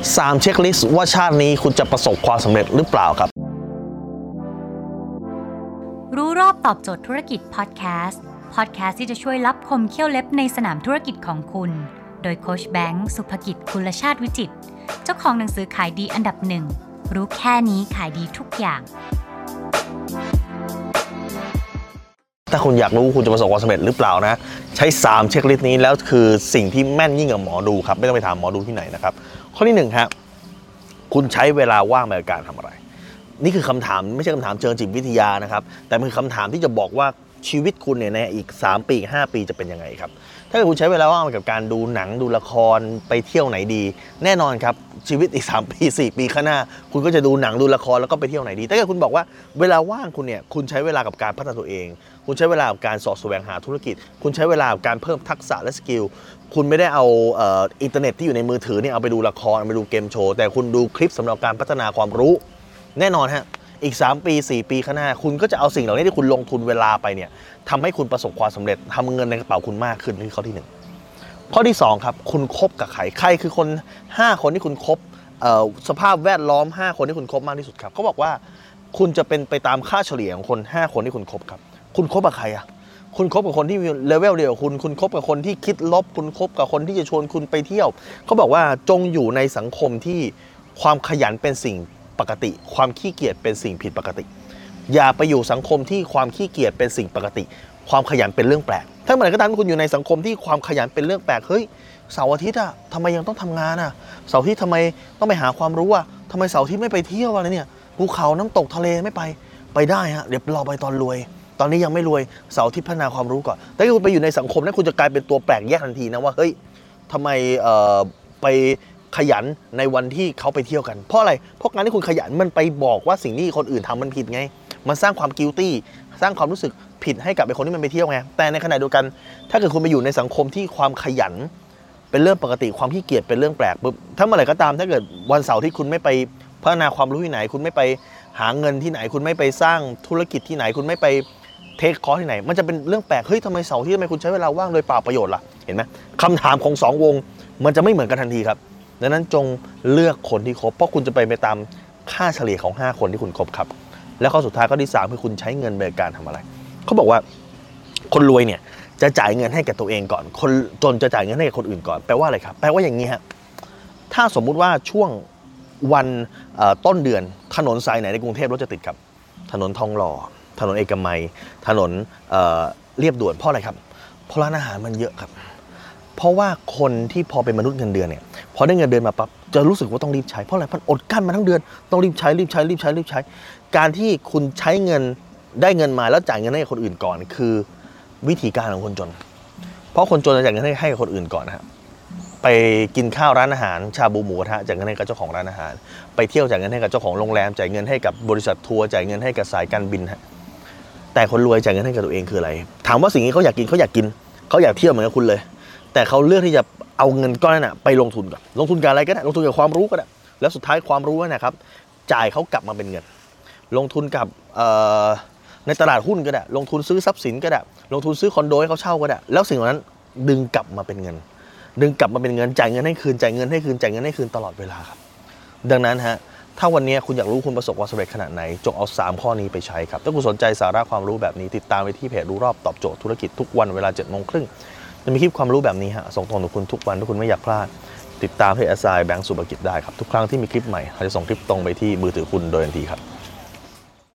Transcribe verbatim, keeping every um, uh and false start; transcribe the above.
สามเช็คลิสต์ว่าชาตินี้คุณจะประสบความสำเร็จหรือเปล่าครับรู้รอบตอบโจทย์ธุรกิจพอดแคสต์พอดแคสต์ที่จะช่วยลับคมเขี้ยวเล็บในสนามธุรกิจของคุณโดยโค้ชแบงค์สุภกิจกุลชาติวิจิตรเจ้าของหนังสือขายดีอันดับหนึ่งรู้แค่นี้ขายดีทุกอย่างถ้าคุณอยากรู้คุณจะประสบความสำเร็จหรือเปล่านะใช้สามเช็คลิสต์นี้แล้วคือสิ่งที่แม่นยิ่งกว่าหมอดูครับไม่ต้องไปถามหมอดูที่ไหนนะครับข้อที่หนึ่งครับคุณใช้เวลาว่างในการทำอะไรนี่คือคำถามไม่ใช่คำถามเชิงจิตวิทยานะครับแต่เป็นคำถามที่จะบอกว่าชีวิตคุณเนี่ยในอีกสามปีห้าปีจะเป็นยังไงครับถ้าเกิดคุณใช้เวลาว่างกับการดูหนังดูละครไปเที่ยวไหนดีแน่นอนครับชีวิตอีกสามปีสี่ปีข้างหน้าคุณก็จะดูหนังดูละครแล้วก็ไปเที่ยวไหนดีถ้าเกิดคุณบอกว่าเวลาว่างคุณเนี่ยคุณใช้เวลากับการพัฒนาตัวเองคุณใช้เวลากับการสอดแสวงหาธุรกิจคุณใช้เวลากับการเพิ่มทักษะและสกิลคุณไม่ได้เอาเอ่ออินเทอร์เน็ตที่อยู่ในมือถือเนี่ยเอาไปดูละครเอาไปดูเกมโชว์แต่คุณดูคลิปสำหรับการพัฒนาความรู้แน่นอนฮะอีกสามปีสี่ปีข้างหน้าคุณก็จะเอาสิ่งเหล่านี้ที่คุณลงทุนเวลาไปเนี่ยทำให้คุณประสบความสำเร็จทำเงินในกระเป๋าคุณมากขึ้นนี่คือข้อที่หนึ่งข้อที่สองครับคุณคบกับใครใครคือคนห้าคนที่คุณคบสภาพแวดล้อมห้าคนที่คุณคบมากที่สุดครับเขาบอกว่าคุณจะเป็นไปตามค่าเฉลี่ยของคนห้าคนที่คุณคบครับคุณคบกับใครอ่ะคุณคบกับคนที่เลเวลเดียวกับคุณคุณคบกับคนที่คิดลบคุณคบกับคนที่จะชวนคุณไปเที่ยวเขาบอกว่าจงอยู่ในสังคมที่ความขยันเป็นสิ่งปกติความขี้เกียจเป็นสิ่งผิดปกติอย่าไปอยู่สังคมที่ความขี้เกียจเป็นสิ่งปกติความขยันเป็นเรื่องแปลกถ้าเมื่อไหร่ก็ตามที่คุณอยู่ในสังคมที่ความขยันเป็นเรื่องแปลกเฮ้ยเสาร์อาทิตย์อะทำไมยังต้องทำงานอะเสาร์อาทิตย์ทำไมต้องไปหาความรู้อะทำไมเสาร์อาทิตย์ไม่ไปเที่ยวอะไรเนี่ยภูเขาน้ำตกทะเลไม่ไปไปได้ฮะเดี๋ยวรอไปตอนรวยตอนนี้ยังไม่รวยเสาร์อาทิตย์พัฒนาความรู้ก่อนแต่ถ้าคุณไปอยู่ในสังคมนั้นคุณจะกลายเป็นตัวแปลกแยกทันทีนะว่าเฮ้ยทำไมเอ่อไปขยันในวันที่เขาไปเที่ยวกันเพราะอะไรเพราะการที่คุณขยันมันไปบอกว่าสิ่งที่คนอื่นทำมันผิดไงมันสร้างความกิลตี้สร้างความรู้สึกผิดให้กับไอ้คนที่มันไปเที่ยวไงแต่ในขณะเดียวกันถ้าเกิดคุณไปอยู่ในสังคมที่ความขยันเป็นเรื่องปกติความขี้เกียจเป็นเรื่องแปลกปุ๊บถ้าเมื่อไหร่ก็ตามถ้าเกิดวันเสาร์ที่คุณไม่ไปพัฒนาความรู้ที่ไหนคุณไม่ไปหาเงินที่ไหนคุณไม่ไปสร้างธุรกิจที่ไหนคุณไม่ไปเทคคอร์สที่ไหนมันจะเป็นเรื่องแปลกเฮ้ยทำไมเสาร์ที่ทำไมคุณใช้เวลาว่างโดยเปล่าประโยชน์ล่ะเห็นไหมคำถามของสองวงมันจะไม่เหมือนกันทันทีครับดังนั้นจงเลือกคนที่คบเพราะคุณจะไปไปตามค่าเฉลี่ยของห้าคนที่คุณคบครับแล้วข้อสุดท้ายข้อที่สามคือคุณใช้เงินในการทำอะไรเขาบอกว่าคนรวยเนี่ยจะจ่ายเงินให้กับตัวเองก่อนคนจนจะจ่ายเงินให้กับคนอื่นก่อนแปลว่าอะไรครับแปลว่าอย่างนี้ฮะถ้าสมมุติว่าช่วงวันต้นเดือนถนนสายไหนในกรุงเทพรถจะติดครับถนนทองหล่อถนนเอกมัยถนนเรียบด่วนเพราะอะไรครับเพราะร้านอาหารมันเยอะครับเพราะว่าคนที่พอเป็นมนุษย์เงินเดือนเนี่ยพอได้เงินเดือนมาปั๊บจะรู้สึกว่าต้องรีบใช้เพราะอะไรมันอดกั้นมาทั้งเดือนต้องรีบใช้รีบใช้รีบใช้รีบใช้การที่คุณใช้เงินได้เงินมาแล้วจ่ายเงินให้คนอื่นก่อนคือวิธีการของคนจนเพราะคนจนจะจ่ายเงินให้ให้กับคนอื่นก่อนนะครับไปกินข้าวร้านอาหารชาบูหมูกระทะจ่ายเงินให้กับเจ้าของร้านอาหารไปเที่ยวจ่ายเงินให้กับเจ้าของโรงแรมจ่ายเงินให้กับบริษัททัวร์จ่ายเงินให้กับสายการบินฮะแต่คนรวยจ่ายเงินให้กับตัวเองคืออะไรถามว่าสิ่งนี้เขาอยากกินเขาอยากกินเขาอยากเที่ยวเหมือนกับคุณเลยแต่เขาเลือกที่จะเอาเงินก้อนนั้นนะไปลงทุนก่อนลงทุนกับอะไรก็ได้ลงทุนกับความรู้ก็ได้แล้วสุดท้ายความรู้นะครับจ่ายเขากลับมาเป็นเงินลงทุนกับในตลาดหุ้นก็ได้ลงทุนซื้อทรัพย์สินก็ได้ลงทุนซื้อคอนโดให้เขาเช่าก็ได้แล้วสิ่งเหล่านั้นดึงกลับมาเป็นเงินดึงกลับมาเป็นเงินจ่ายเงินให้คืนจ่ายเงินให้คืนจ่ายเงินให้คืนตลอดเวลาครับดังนั้นฮะถ้าวันนี้คุณอยากรู้คุณประสบความสำเร็จขนาดไหนจงเอาสามข้อนี้ไปใช้ครับถ้าคุณสนใจสาระความรู้แบบนี้ติดตามไปที่เพจรู้รอบตอบโจทย์ธุรกิจทุกวันเวลาเจ็ดโมงครึ่งจะมีคลิปความรู้แบบนี้ฮะส่งตรงถึงคุณทุกวันถ้าคุณไม่อยากพลาดติดตามเพจ แอส ไอ แบงค์สุภกิจได้ครับทุกครั้งที่มีคลิปใหม่เราจะส่งคลิปตรงไปที่มือถือคุณโดยทันทีครับ